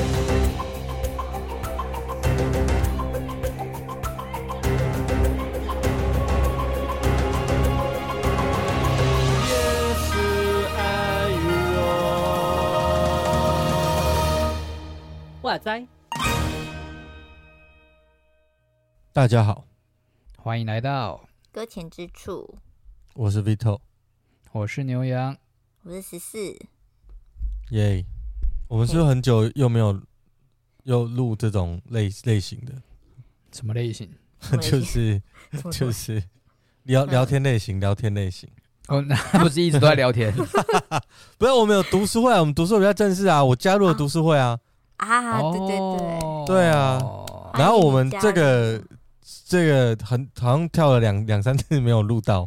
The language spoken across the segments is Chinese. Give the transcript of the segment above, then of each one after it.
哇塞！ 大家好， 欢迎来到搁浅之处， 我是 Vito， 我是牛羊， 我是14。 耶！我们是不是很久又没有录这种类型的？ 什么类型？ 就是聊天类型，聊天类型。 哦，那不是一直都在聊天？ 不是，我们有读书会啊，我们读书会比较正式啊，我加入了读书会啊。 对对对， 对啊。然后我们这个好像跳了两三次没有录到。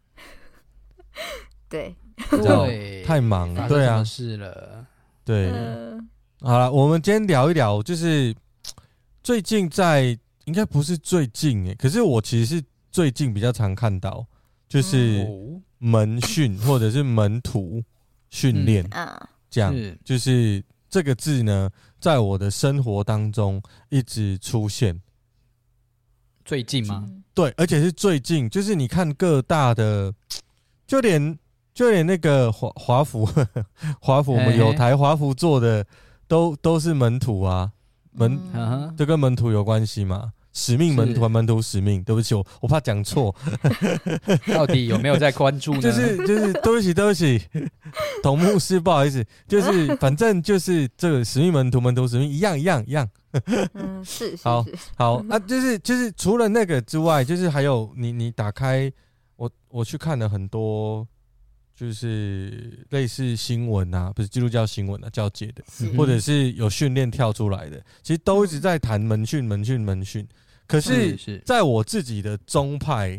对， 太忙了，对啊， 是了， 对。好了，我们今天聊一聊，就是最近应该不是最近可是我其实是最近比较常看到，就是门训或者是门徒训练，这样就是这个字呢，在我的生活当中一直出现。 最近吗？ 对，而且是最近，就是你看各大的，就连那个华服，我们有台华服做的都是门徒啊，这跟门徒有关系吗？使命门徒，门徒使命，对不起，我怕讲错。 到底有没有在关注呢？ 就是对不起，董牧师，不好意思，就是反正就是这个使命门徒使命一样。 是好啊，就是除了那个之外，就是还有你打开我去看了很多，就是类似新闻啊，不是基督教新闻啊，教界的，或者是有训练跳出来的，其实都一直在谈门训。可是在我自己的宗派，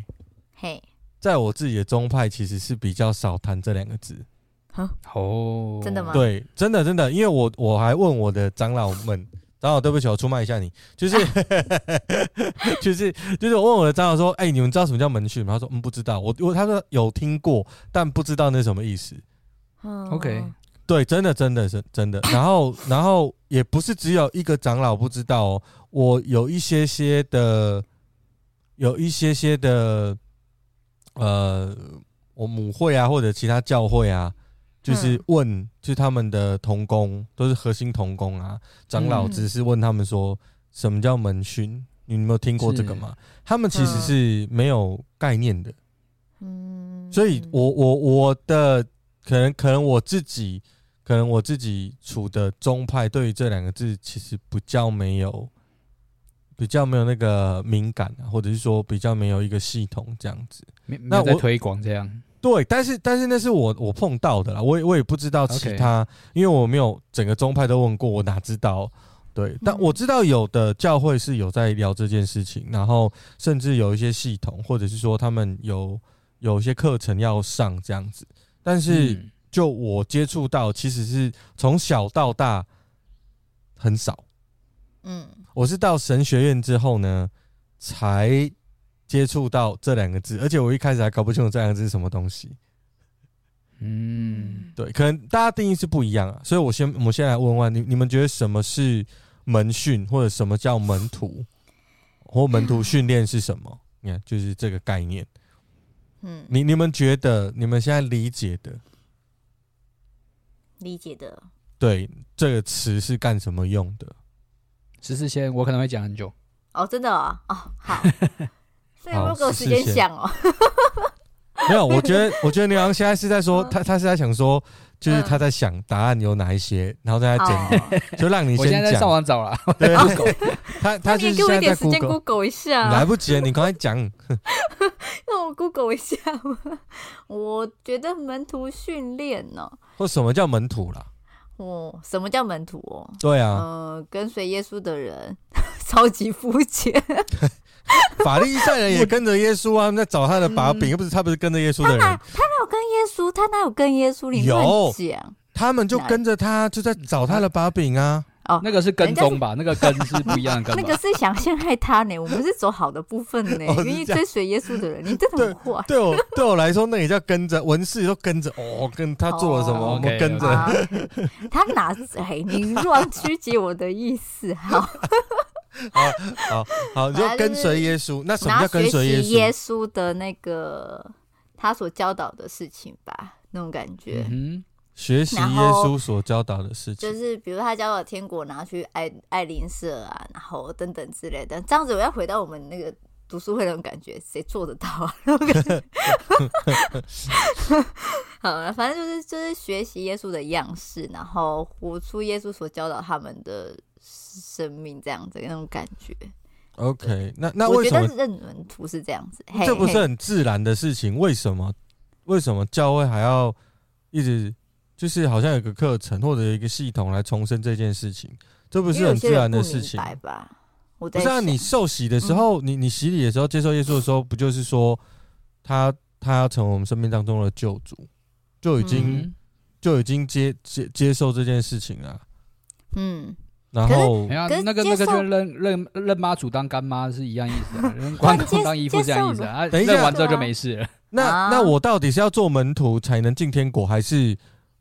其实是比较少谈这两个字。 真的吗？ 对，真的，因为我还问我的长老们，长老，对不起，我出卖一下你，就是我问我的长老说，你们知道什么叫门训吗？他说不知道。他说有听过，但不知道那是什么意思。 OK， 对，真的。然后也不是只有一个长老不知道哦，我有一些些的，我母会啊或者其他教会啊，就是问，就是他们的同工都是核心同工啊，长老只是问他们说什么叫门训，你有没有听过这个吗？他们其实是没有概念的。所以我的可能我自己处的宗派对于这两个字其实比较没有那个敏感啊，或者是说比较没有一个系统这样子。 没有在推广这样。 对，但是那是我碰到的啦，我也不知道其他，因为我没有整个宗派都问过，我哪知道？对，但我知道有的教会是有在聊这件事情，然后甚至有一些系统，或者是说他们有一些课程要上这样子，但是就我接触到，其实是从小到大很少。我是到神学院之后呢，才接触到这两个字，而且我一开始还搞不清楚这两个字是什么东西。对，可能大家定义是不一样啊，所以我们先来问问你们觉得什么是门训，或者什么叫门徒，或门徒训练是什么？你看，就是这个概念。你们觉得，你们现在理解的，对这个词是干什么用的 ？14先，我可能会讲很久。 真的好，所以有没有给我时间想哦？ 没有，我觉得牛羊现在是在说，他是在想说，就是他在想答案有哪一些，然后再整理，就让你先讲。 我现在在上网找了， 对，他就是现在在 Google 一下， 来不及了，你刚才讲， 让我 Google 一下嘛。我觉得门徒训练呢， 或什么叫门徒啦？ 什么叫门徒哦？ 对啊， 跟随耶稣的人超级肤浅。 法利赛人也跟着耶稣啊，他们在找他的把柄，他不是跟着耶稣的人。他哪有跟耶稣？你乱讲。 他们就跟着他，就在找他的把柄啊。 哦， 那个是跟踪吧？那个跟是不一样的跟吧。 那个是想陷害他呢，我们是走好的部分呢，愿意追随耶稣的人，你真的很坏。 对我来说，那也叫跟着，文士都跟着跟他做了什么，我们跟着。 他哪？你乱曲解我的意思，好。 好，你就跟随耶稣。那什么叫跟随耶稣？ 学习耶稣的那个他所教导的事情吧，那种感觉。 学习耶稣所教导的事情， 就是比如他教导天国拿去爱邻舍啊，然后等等之类的。这样子我要回到我们那个读书会那种感觉，谁做得到啊？那种感觉。好了，反正就是学习耶稣的样式，然后活出耶稣所教导他们的生命，这样子那种感觉。 OK， 那为什么我觉得认门徒是这样子？ 这不是很自然的事情？为什么教会还要一直就是好像有个课程或者有一个系统来重申这件事情？这不是很自然的事情吧？ 不是啊，你受洗的时候，你洗礼的时候，接受耶稣的时候，不就是说他要成为我们生命当中的救主，就已经接受这件事情了。然后那个就认妈祖当干妈是一样意思啊，认关公当姨父这样意思啊。 等一下， 认完之后就没事了。 那我到底是要做门徒才能进天国，还是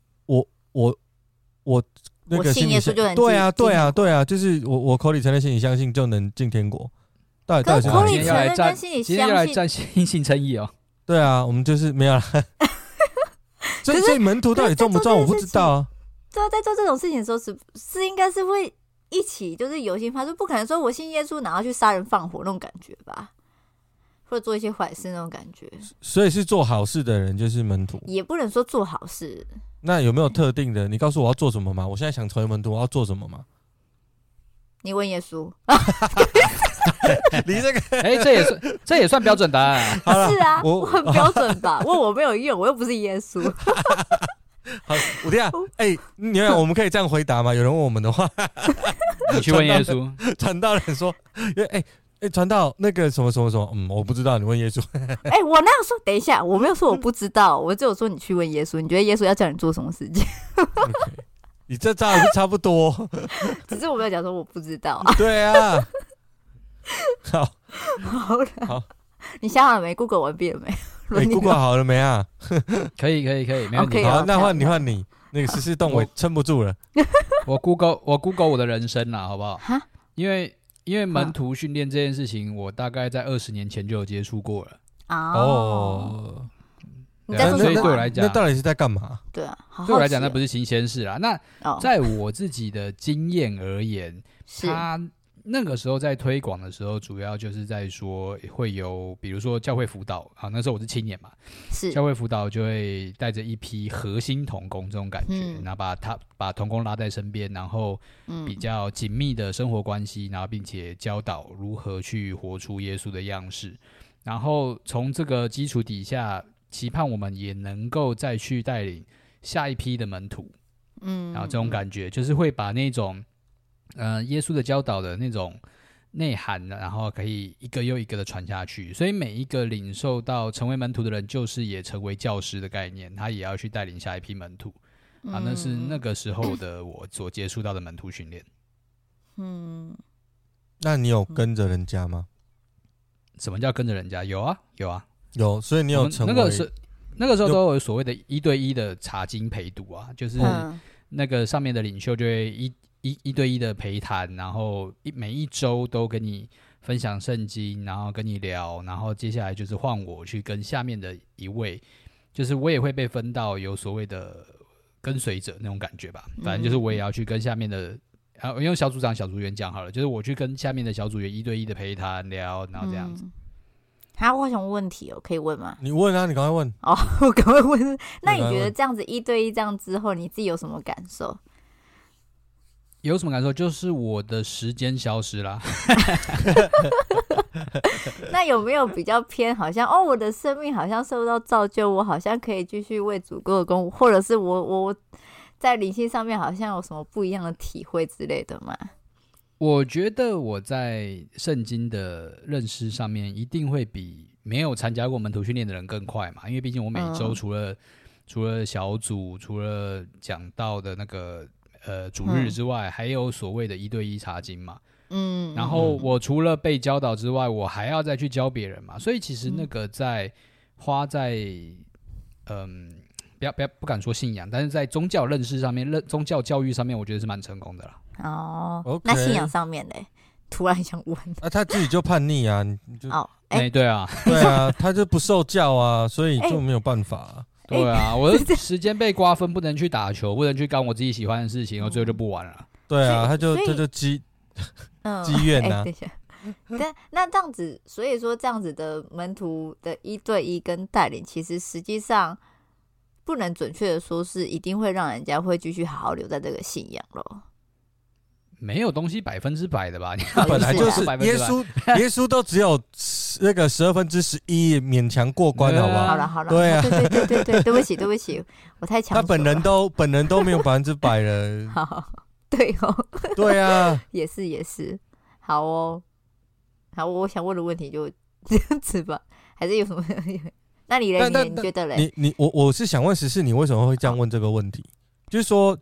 我那个信耶稣就能对啊，就是我口里承认心里相信就能进天国。到底是口里承认跟心里今天要来站心性称义哦。 对啊，我们就是没有了。所以门徒到底重不重，我不知道啊。 对啊，在做这种事情的时候是应该是会一起就是有心发出，不可能说我信耶稣然后去杀人放火那种感觉吧，或者做一些坏事那种感觉。 所以是做好事的人就是门徒， 也不能说做好事。 那有没有特定的？你告诉我要做什么吗？我现在想成为门徒，我要做什么吗？ 你问耶稣。 你这个这也算标准答案啊。是啊，我很标准吧？问我没有用，我又不是耶稣。 好，我等一下，你看我们可以这样回答吗？有人问我们的话， 你去问耶稣。 传道人说，传道那个什么什么什么，我不知道，你问耶稣。 我哪有说？等一下，我没有说我不知道，我只有说你去问耶稣。你觉得耶稣要叫你做什么事情？ okay, 你这招也是差不多， 只是我没有讲说我不知道啊。 对啊， 好了，你想好了没 ？Google 完毕了没 ？Google 好了没啊？ 可以，没问题。 好，那换你，那个14栋尾撑不住了。 我 Google 我的人生啦，好不好？因为门徒训练这件事情，我大概在20年前就有接触过了。所以对我来讲， 那到底是在干嘛？ 对啊， 对我来讲那不是新鲜事啦。那在我自己的经验而言，他那个时候在推广的时候，主要就是在说会有，比如说教会辅导，好，那时候我是青年嘛， 是教会辅导就会带着一批核心同工这种感觉，然后把同工拉在身边，然后比较紧密的生活关系，然后并且教导如何去活出耶稣的样式，然后从这个基础底下，期盼我们也能够再去带领下一批的门徒，然后这种感觉就是会把那种耶稣的教导的那种内涵，然后可以一个又一个的传下去，所以每一个领受到成为门徒的人，就是也成为教师的概念，他也要去带领下一批门徒啊，那是那个时候的我所接触到的门徒训练。 那你有跟着人家吗？ 什么叫跟着人家？有啊， 有，所以你有成为那个时候都有所谓的1对1的查经陪读啊，就是那个上面的领袖就会一对一的陪谈，然后每一周都跟你分享圣经，然后跟你聊，然后接下来就是换我去跟下面的一位，就是我也会被分到有所谓的跟随者那种感觉吧，反正就是我也要去跟下面的我用小组长小组员讲好了，就是我去跟下面的小组员1对1的陪谈聊，然后这样子。 我有什么问题可以问吗？ 你问啊，你赶快问。 我赶快问。那你觉得这样子1对1这样之后，你自己有什么感受？ 有什么感受？就是我的时间消失啦。 那有没有比较偏好像我的生命好像受到造就，我好像可以继续为主做工，或者是我在灵性上面好像有什么不一样的体会之类的吗？ 我觉得我在圣经的认识上面一定会比没有参加过门徒训练的人更快嘛，因为毕竟我每周除了小组，除了讲到的那个主日之外，还有所谓的1对1查经嘛。然后我除了被教导之外，我还要再去教别人嘛，所以其实那个花在不敢说信仰，但是在宗教认识上面、宗教教育上面，我觉得是蛮成功的啦。 OK 那信仰上面嘞，突然想问， 他自己就叛逆啊，你就对啊， 对啊，他就不受教啊，所以就没有办法啊。 对啊，我的时间被瓜分，不能去打球，不能去干我自己喜欢的事情，我最后就不玩了。 对啊，他就积怨啊。 等一下，那这样子，所以说这样子的门徒的1对1跟带领，其实实际上不能准确的说是一定会让人家会继续好好留在这个信仰咯。 没有东西100%的吧？ 本来就是耶稣都只有那个11/12勉强过关，好不好？ 好了， 对啊， 对，对不起，我太强了。 他本人都没有100%了。 好，对哦， 对啊， 也是，好哦，好，我想问的问题就这样子吧，还是有什么？那你嘞？你觉得嘞？ 我是想问14，是你为什么会这样问这个问题？就是说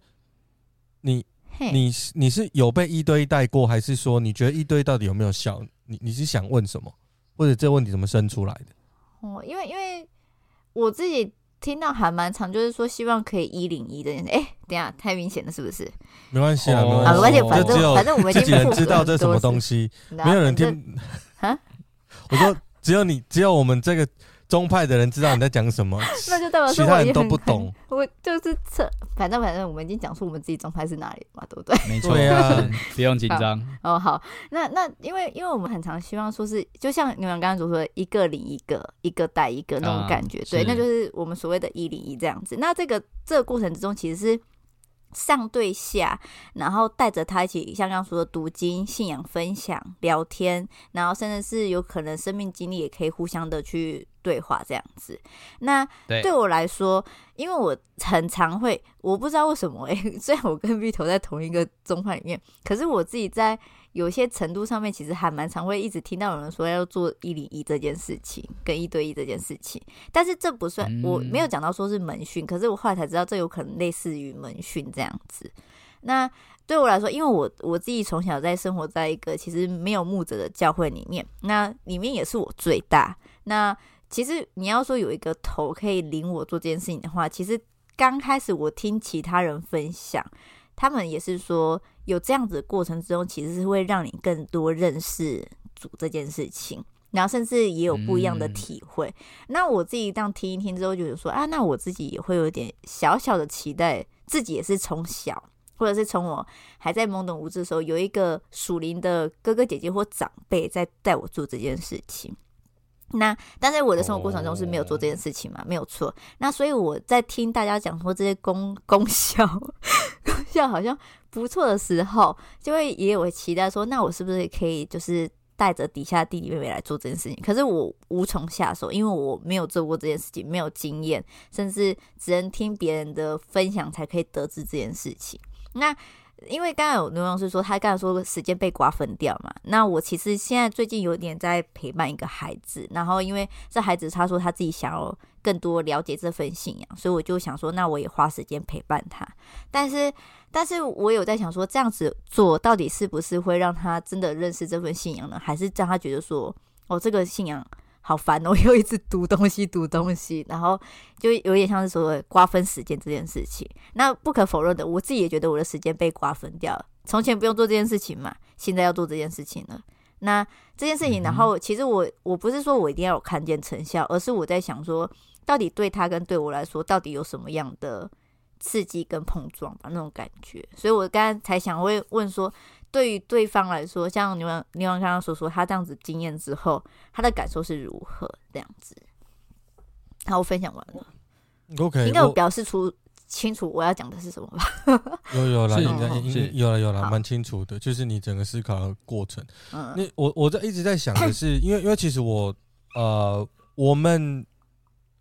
你是有被1对1带过，还是说你觉得1对1到底有没有效？你是想问什么，或者这个问题怎么生出来的？ 因为我自己听到还蛮长，就是说希望可以101的。等一下太明显了，是不是？ 没关系啊，没关系，反正我们自己人知道这什么东西，没有人听啊。我说只有我们这个宗派的人知道你在讲什么， 那就代表说其他人都不懂。 我就是反正我们已经讲出我们自己宗派是哪里嘛，对不对？ 没错啊，不用紧张。 好，那因为我们很常希望说是，就像你们刚刚所说的一个领一个，一个带一个那种感觉，对，那就是我们所谓的101这样子。那这个过程之中，其实是上对下，然后带着他一起，像刚刚说的读经、信仰分享、聊天，然后甚至是有可能生命经历也可以互相的去对话这样子。那对我来说，因为我很常会，我不知道为什么虽然我跟 Vito 在同一个宗派里面，可是我自己在有些程度上面，其实还蛮常会一直听到有人说要做101这件事情，跟1对1这件事情。但是这不算，我没有讲到说是门训，可是我后来才知道这有可能类似于门训这样子。那对我来说，因为我自己从小在生活在一个其实没有牧者的教会里面，那里面也是我最大。那其实你要说有一个头可以领我做这件事情的话，其实刚开始我听其他人分享，他们也是说有这样子的过程之中，其实是会让你更多认识主这件事情，然后甚至也有不一样的体会。那我自己当听一听之后，就觉得说那我自己也会有点小小的期待，自己也是从小或者是从我还在懵懂无知的时候，有一个属灵的哥哥姐姐或长辈在带我做这件事情。那但是我的生活过程中是没有做这件事情嘛，没有错。那所以我在听大家讲说这些功效好像不错的时候，就会也有期待说，那我是不是也可以就是带着底下弟弟妹妹来做这件事情？可是我无从下手，因为我没有做过这件事情，没有经验，甚至只能听别人的分享才可以得知这件事情。那因为刚才有刘老师说，他刚才说时间被瓜分掉嘛，那我其实现在最近有点在陪伴一个孩子，然后因为这孩子他说他自己想要更多了解这份信仰，所以我就想说，那我也花时间陪伴他。但是我有在想说，这样子做到底是不是会让他真的认识这份信仰呢？还是让他觉得说，这个信仰好烦哦，又一直读东西，然后就有点像是说瓜分时间这件事情。那不可否认的，我自己也觉得我的时间被瓜分掉了。从前不用做这件事情嘛，现在要做这件事情了。那这件事情，然后其实我不是说我一定要有看见成效，而是我在想说，到底对他跟对我来说，到底有什么样的刺激跟碰撞吧，那种感觉。所以我刚才才想会问说，对于对方来说，像牛王刚刚所说，他这样子经验之后，他的感受是如何？这样子。好，我分享完了。 OK， 应该有表示出清楚我要讲的是什么吧？ 有啦，有啦，蛮清楚的，就是你整个思考的过程。我一直在想的是，因为其实我们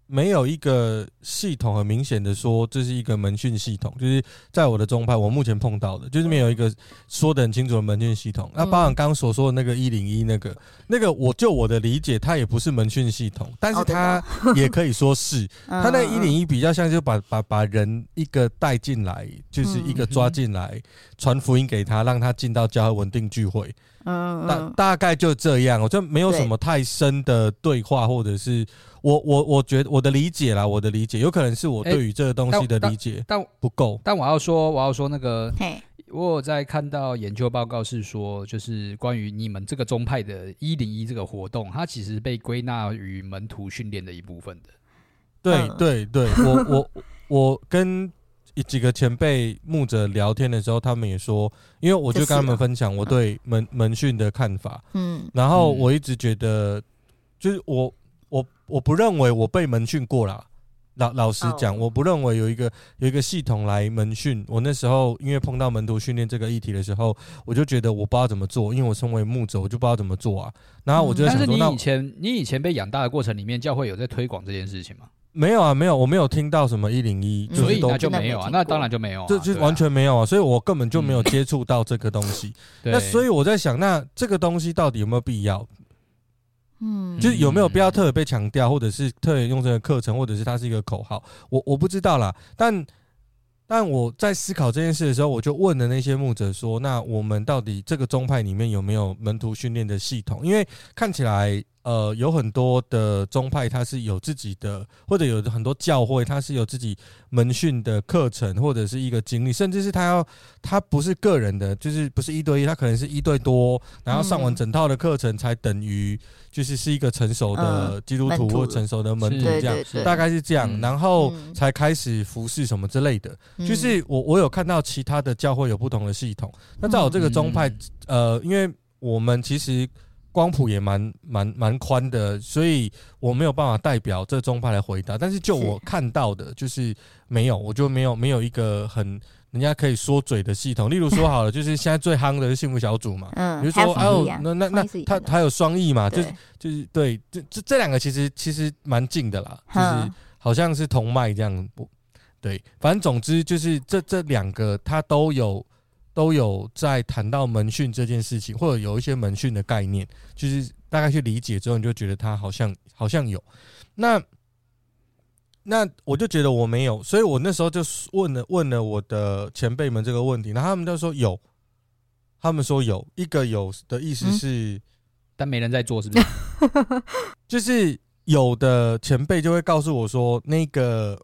没有一个系统很明显的说这是一个门训系统，就是在我的宗派我目前碰到的，就是没有一个说得很清楚的门训系统。那包含刚刚所说的那个101那个，我的理解，它也不是门训系统，但是它也可以说是，它那101比较像就把人一个带进来，就是一个抓进来，传福音给他，让他进到教会稳定聚会。大概就这样，我就没有什么太深的对话，或者是我觉得我的理解啦，有可能是我对于这个东西的理解不够。 但我要说那个，我有在看到研究报告是说，就是关于你们这个宗派的101这个活动，它其实被归纳于门徒训练的一部分的。 对，我跟几个前辈牧者聊天的时候，他们也说，因为我就跟他们分享我对门训的看法，然后我一直觉得，就是我不认为我被门训过啦。老实讲，我不认为有一个系统来门训。我那时候因为碰到门徒训练这个议题的时候，我就觉得我不知道怎么做，因为我身为牧者，我就不知道怎么做啊。然后我就想说， 但是你以前被养大的过程里面，教会有在推广这件事情吗？ 没有啊，我没有听到什么101， 所以那就没有啊，那当然就没有啊， 就完全没有啊，所以我根本就没有接触到这个东西。那所以我在想，那这个东西到底有没有必要？就是有没有必要特别被强调，或者是特别用这个课程，或者是它是一个口号，我不知道啦。但我在思考这件事的时候，我就问了那些牧者说：那我们到底这个宗派里面有没有门徒训练的系统？因为看起来有很多的宗派它是有自己的，或者有很多教会它是有自己门训的课程，或者是一个经历，甚至是它不是个人的，就是不是1对1，它可能是1对多，然后上完整套的课程才等于是一个成熟的基督徒或成熟的门徒这样，大概是这样，然后才开始服侍什么之类的。就是我有看到其他的教会有不同的系统，那在我这个宗派，因为我们其实光谱也蛮宽的，所以我没有办法代表这宗派来回答。但是就我看到的，就是没有，我就没有一个很人家可以说嘴的系统。例如说好了，就是现在最夯的是幸福小组嘛，比如说那他有双翼嘛，就是对，这两个其实蛮近的啦，就是好像是同脉这样。对，反正总之就是这两个他都有在谈到门训这件事情，或者有一些门训的概念，就是大概去理解之后，你就觉得他好像有。那我就觉得我没有，所以我那时候就问了我的前辈们这个问题，然后他们就说有，他们说有一个有的意思是， 但没人在做，是不是？ 就是有的前辈就会告诉我说，那个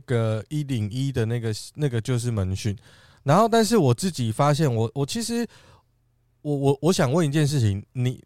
101的那个就是门训。然后，但是我自己发现我其实我想问一件事情，你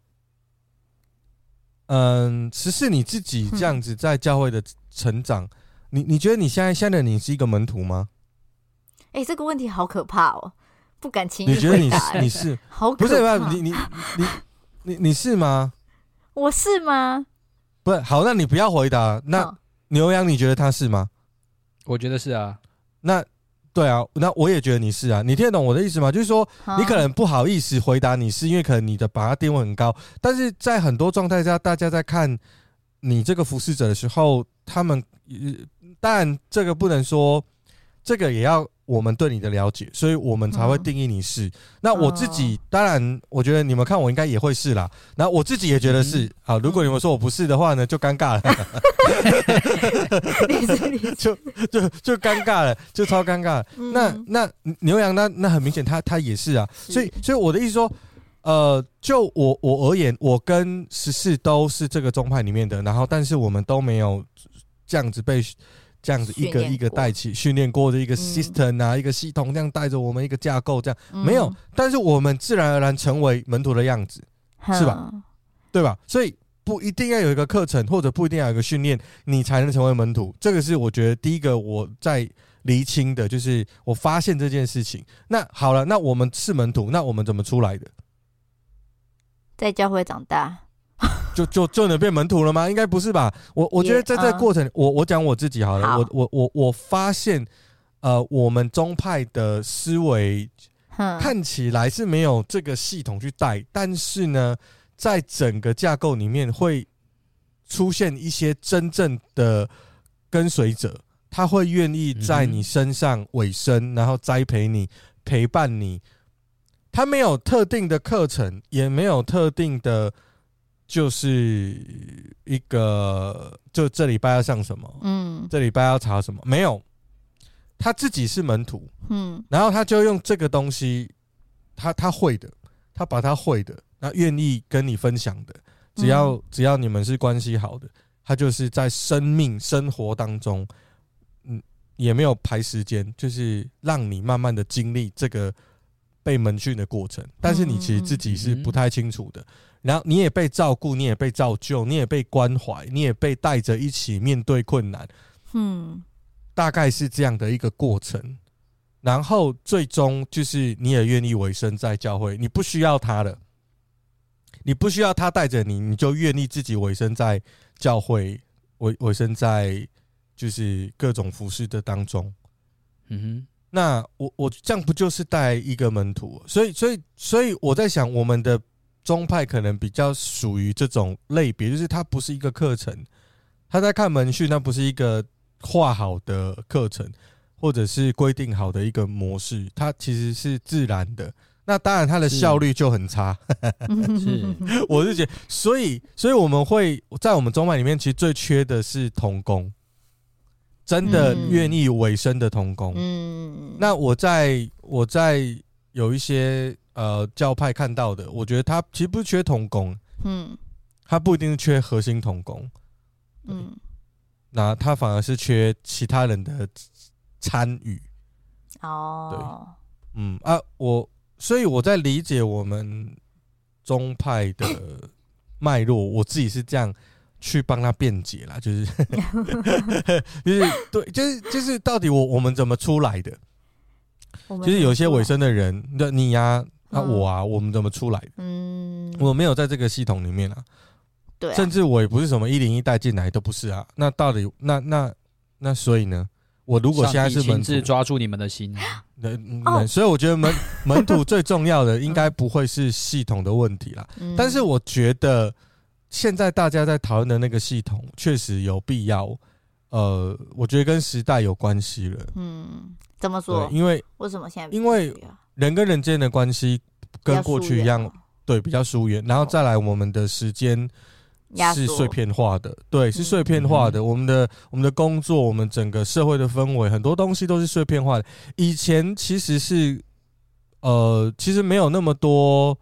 14你自己这样子在教会的成长，你觉得你现在的你是一个门徒吗？ 这个问题好可怕哦，不敢轻易回答。 你觉得你是好可怕？ 不是你是吗？ 我是吗？ 不是，好，那你不要回答。那牛羊，你觉得他是吗？ 我觉得是啊。 那对啊，那我也觉得你是啊，你听得懂我的意思吗？就是说，你可能不好意思回答你是，因为可能你的把它定位很高，但是在很多状态下，大家在看你这个服侍者的时候，他们当然这个不能说，这个也要我们对你的了解，所以我们才会定义你是。那我自己当然，我觉得你们看我应该也会是啦。然后我自己也觉得是。好，如果你们说我不是的话呢，就尴尬了。就尴尬了，就超尴尬了。那牛羊那很明显他也是啊。所以我的意思说，就我而言，我跟14都是这个宗派里面的，然后但是我们都没有这样子被。这样子一个一个带起训练过的一个 system 啊，一个系统这样带着我们一个架构这样，没有，但是我们自然而然成为门徒的样子，是吧？对吧？所以不一定要有一个课程，或者不一定要有一个训练，你才能成为门徒。这个是我觉得第一个我在厘清的，就是我发现这件事情。那好了，那我们是门徒，那我们怎么出来的？ 在教会长大。 就能变门徒了吗？应该不是吧？我觉得在这个过程，我讲我自己好了。我发现，我们宗派的思维看起来是没有这个系统去带，但是呢，在整个架构里面会出现一些真正的跟随者，他会愿意在你身上委身，然后栽培你，陪伴你。他没有特定的课程，也没有特定的，就是一个就这礼拜要上什么，这礼拜要查什么，没有。他自己是门徒，然后他就用这个东西，他会的，他把他会的，那愿意跟你分享的，只要你们是关系好的，他就是在生活当中，也没有排时间，就是让你慢慢的经历这个被门训的过程，但是你其实自己是不太清楚的，然后你也被照顾，你也被造就，你也被关怀，你也被带着一起面对困难，大概是这样的一个过程，然后最终就是你也愿意委身在教会，你不需要他了，你不需要他带着你，你就愿意自己委身在教会，委身在就是各种服事的当中。那我这样不就是带一个门徒？所以我在想，我们的宗派可能比较属于这种类别，就是它不是一个课程，他在看门训，那不是一个画好的课程，或者是规定好的一个模式，它其实是自然的。那当然，它的效率就很差。 是， 我是觉得，所以我们会在我们宗派里面，其实最缺的是同工，真的愿意委身的同工。那我在有一些教派看到的，我觉得他其实不是缺同工，他不一定是缺核心同工，那他反而是缺其他人的参与。所以我在理解我们宗派的脉络，我自己是这样去帮他辩解啦，就是对，就是到底我们怎么出来的？就是有一些委身的人，你呀、我啊，我们怎么出来的？我没有在这个系统里面啊。 对啊， 甚至我也不是什么101带进来，都不是啊。那到底那所以呢？我如果现在是门徒， 亲自抓住你们的心， 所以我觉得门徒最重要的应该不会是系统的问题啦。但是我觉得现在大家在讨论的那个系统确实有必要，我觉得跟时代有关系了。 怎么说？ 因为为什么现在？ 因为人跟人之间的关系跟过去一样，对，比较疏远，然后再来我们的时间是碎片化的，对，是碎片化的。我们的工作，我们整个社会的氛围，很多东西都是碎片化的。以前其实是，其实没有那么多。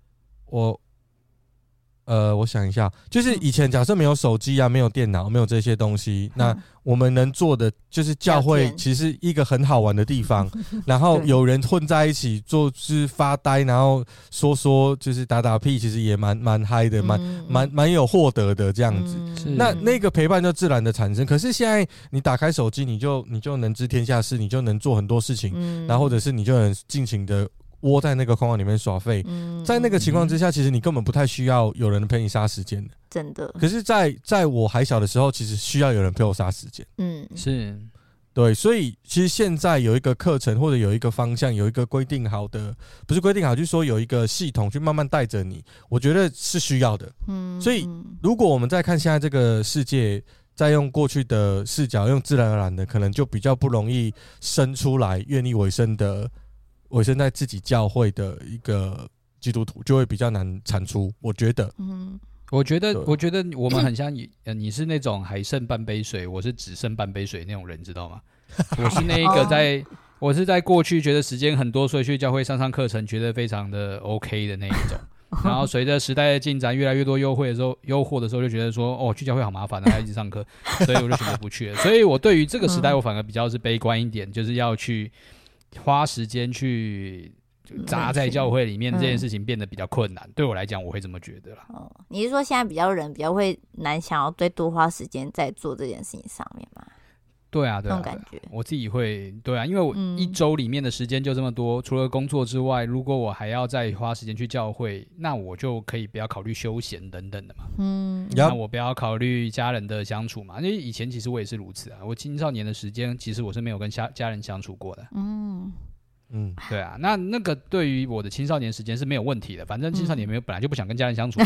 我想一下，就是以前假设没有手机啊，没有电脑，没有这些东西，那我们能做的就是教会其实一个很好玩的地方，然后有人混在一起做，就是发呆，然后说就是打屁，其实也蛮嗨的，蛮有获得的这样子。那个陪伴就自然的产生。可是现在你打开手机，你就能知天下事，你就能做很多事情，然后或者是你就能尽情的窝在那个框框里面耍废，在那个情况之下，其实你根本不太需要有人陪你杀时间的， 真的。 可是在我还小的时候，其实需要有人陪我杀时间。 是对，所以其实现在有一个课程或者有一个方向，有一个规定好的，不是规定好，就是说有一个系统去慢慢带着你，我觉得是需要的。所以如果我们在看现在这个世界，再用过去的视角，用自然而然的，可能就比较不容易生出来愿意委身在自己教会的一个基督徒，就会比较难产出。我觉得， 我觉得我们很像你是那种还剩半杯水，我是只剩半杯水那种人，知道吗？我是那一个我是在过去觉得时间很多，所以去教会上课程觉得非常的 OK 的那一种。然后随着时代的进展，越来越多诱惑的时候，就觉得说去教会好麻烦，还一直上课，所以我就选择不去了。所以我对于这个时代，我反而比较是悲观一点，就是要去花时间去扎在教会里面，这件事情变得比较困难。对我来讲，我会这么觉得啦。 你是说现在比较会难，想要再多花时间在做这件事情上面吗？ 对啊， 那种感觉， 我自己会对啊，因为我一周里面的时间就这么多，除了工作之外，如果我还要再花时间去教会，那我就可以不要考虑休闲等等的嘛。那我不要考虑家人的相处嘛，因为以前其实我也是如此啊。我青少年的时间，其实我是没有跟家人相处过的。对啊，那个对于我的青少年时间是没有问题的，反正青少年本来就不想跟家人相处。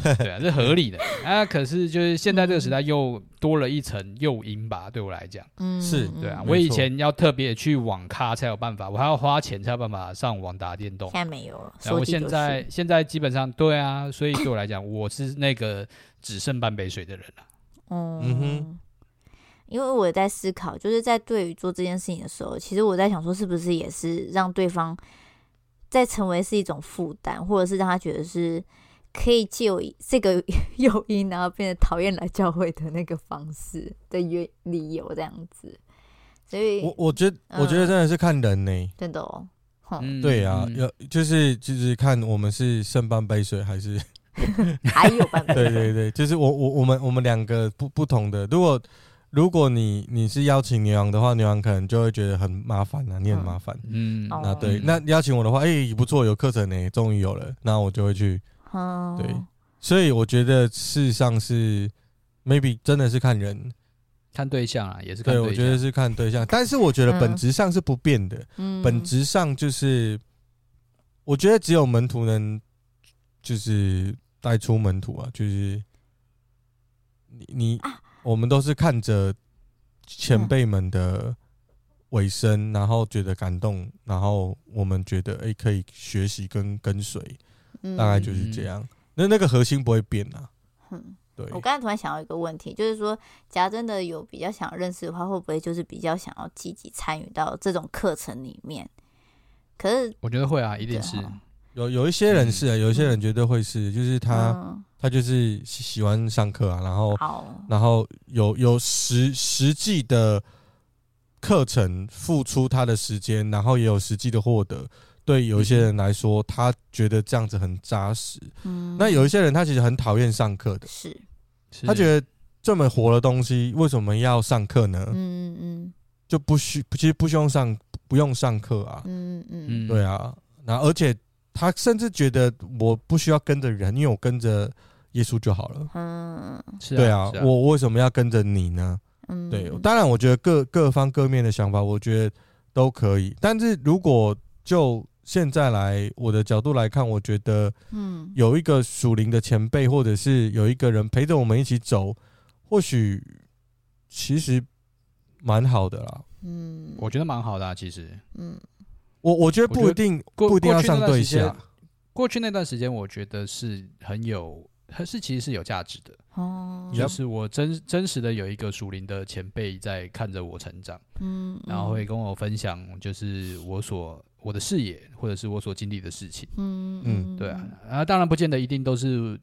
对啊，是合理的啊。可是就是现在这个时代又多了一层诱因吧，对我来讲， 是对啊。我以前要特别去网咖才有办法，我还要花钱才有办法上网打电动。 现在没有了， 然后现在基本上对啊，所以对我来讲，我是那个只剩半杯水的人了。 因为我在思考，就是在对于做这件事情的时候，其实我在想说，是不是也是让对方再成为是一种负担，或者是让他觉得是可以借由这个诱因，然后变得讨厌来教会的那个方式的理由这样子。所以我觉得真的是看人呢， 真的哦。 对啊，就是看我们是剩半杯水还是还有半杯水。 对，就是我们两个不同的。如果你是邀请牛羊的话，牛羊可能就会觉得很麻烦啊，你很麻烦。那对，那邀请我的话，不错，有课程呢，终于有了，那我就会去。对，所以我觉得事实上是 maybe 真的是看人。 看对象啊，也是看对象。 对，我觉得是看对象，但是我觉得本质上是不变的。本质上就是，我觉得只有门徒能就是带出门徒啊，就是我们都是看着前辈们的尾声，然后觉得感动，然后我们觉得可以学习跟随，大概就是这样。那个核心不会变啊。对， 我刚才突然想到一个问题，就是说，假如真的有比较想认识的话，会不会就是比较想要积极参与到这种课程里面？可是我觉得会啊，一定是有一些人是啊，有一些人绝对会是，就是他就是喜欢上课啊，然后有实际的课程付出他的时间，然后也有实际的获得。对有一些人来说，他觉得这样子很扎实。那有一些人他其实很讨厌上课的，他觉得这么活的东西为什么要上课呢？就其实不用上课啊。对啊，然后而且他甚至觉得我不需要跟着人，因为我跟着耶稣就好了。对啊，我为什么要跟着你呢？对，当然我觉得各方各面的想法，我觉得都可以。但是如果就现在我的角度来看，我觉得，有一个属灵的前辈，或者是有一个人陪着我们一起走，或许其实蛮好的啦。 我觉得蛮好的啊，其实。 我觉得不一定要上对下。 过去那段时间，我觉得是其实是有价值的。就是我真实的有一个属灵的前辈在看着我成长，然后会跟我分享，就是我的视野，或者是我所经历的事情。对啊，当然不见得一定都是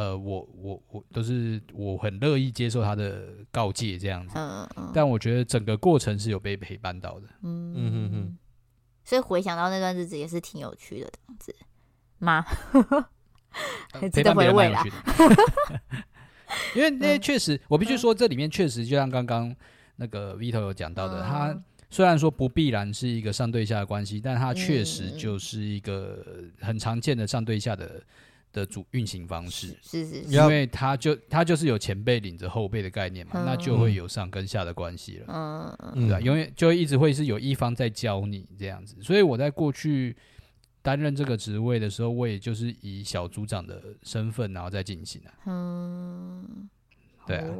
我很乐意接受他的告诫这样子。但我觉得整个过程是有被陪伴到的。 所以回想到那段日子也是挺有趣的，这样子吗？ 陪伴别人蛮有趣的。因为那确实，我必须说，这里面确实就像刚刚那个 Vito 有讲到的，他虽然说不必然是一个上对下的关系，但他确实就是一个很常见的上对下的主运行方式。 是， 因为他就是有前辈领着后辈的概念嘛，那就会有上跟下的关系了。对吧？因为就一直会是有一方在教你这样子，所以我在过去担任这个职位的时候，我也就是以小组长的身份，然后再进行对啊。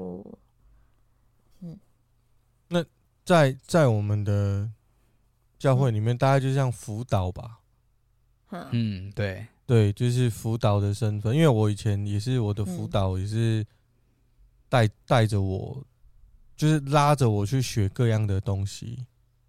那在我们的教会里面，大概就像辅导吧。对，就是辅导的身份，因为我以前也是我的辅导，也是带着我，就是拉着我去学各样的东西。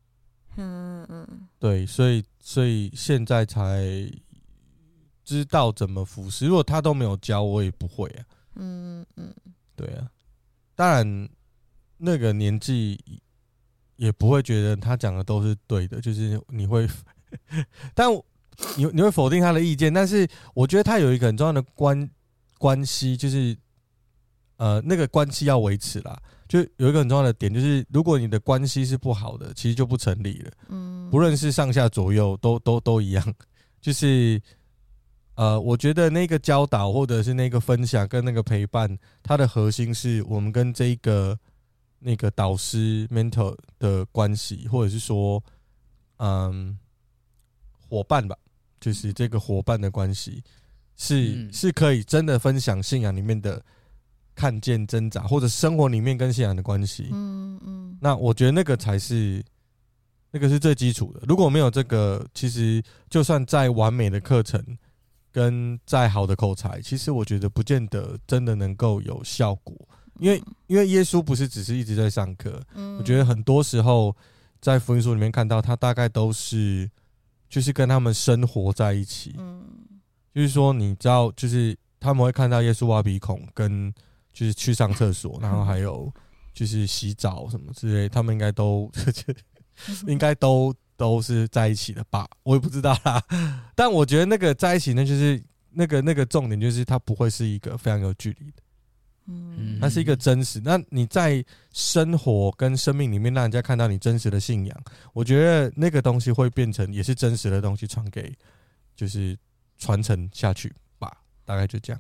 对，所以现在才知道怎么服侍。如果他都没有教，我也不会啊。对啊，当然那个年纪也不会觉得他讲的都是对的，就是你会，但你会否定他的意见，但是我觉得他有一个很重要的关系，就是那个关系要维持啦。就有一个很重要的点，就是如果你的关系是不好的，其实就不成立了。不论是上下左右都一样。就是我觉得那个教导或者是那个分享跟那个陪伴，它的核心是我们跟这个那个导师 mentor 的关系，或者是说伙伴吧，就是这个伙伴的关系。 是可以真的分享信仰里面的看见挣扎，或者生活里面跟信仰的关系。那我觉得那个是最基础的。如果没有这个，其实就算再完美的课程跟再好的口才，其实我觉得不见得真的能够有效果。因为耶稣不是只是一直在上课，我觉得很多时候在福音书里面看到他大概都是就是跟他们生活在一起。就是说你知道，就是他们会看到耶稣挖鼻孔，跟就是去上厕所，然后还有就是洗澡什么之类，他们应该都都是在一起的吧？我也不知道啦。但我觉得那个在一起呢，就是那个重点，就是它不会是一个非常有距离的，它是一个真实。那你在生活跟生命里面，让人家看到你真实的信仰，我觉得那个东西会变成也是真实的东西，传给就是传承下去吧，大概就这样。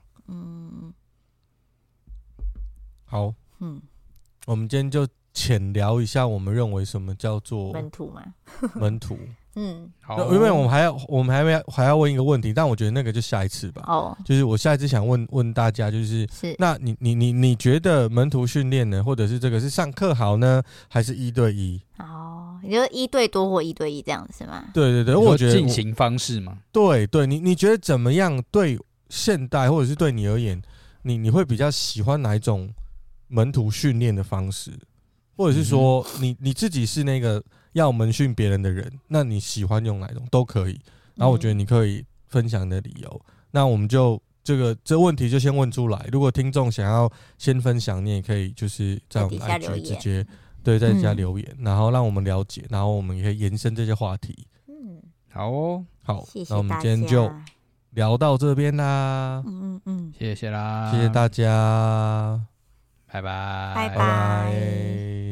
好，我们今天就浅聊一下，我们认为什么叫做门徒嘛？ 门徒。 好， 因为我们还要问一个问题，但我觉得那个就下一次吧。就是我下一次想问大家，就是那你觉得门徒训练呢，或者是这个是上课好呢，还是1对1？ 你就1对多或1对1这样子是吗？ 对，我觉得进行方式嘛。 对，你觉得怎么样？对现代或者是对你而言，你会比较喜欢哪一种门徒训练的方式？或者是说你自己是那个要门训别人的人，那你喜欢用哪一种都可以。然后我觉得你可以分享你的理由。那我们就这问题就先问出来。如果听众想要先分享，你也可以就是在我们 IG 直接在底下留言，然后让我们了解，然后我们也可以延伸这些话题。 好哦， 好， 谢谢那我们今天就聊到这边啦。 谢谢啦， 谢谢大家， 拜拜， 拜拜。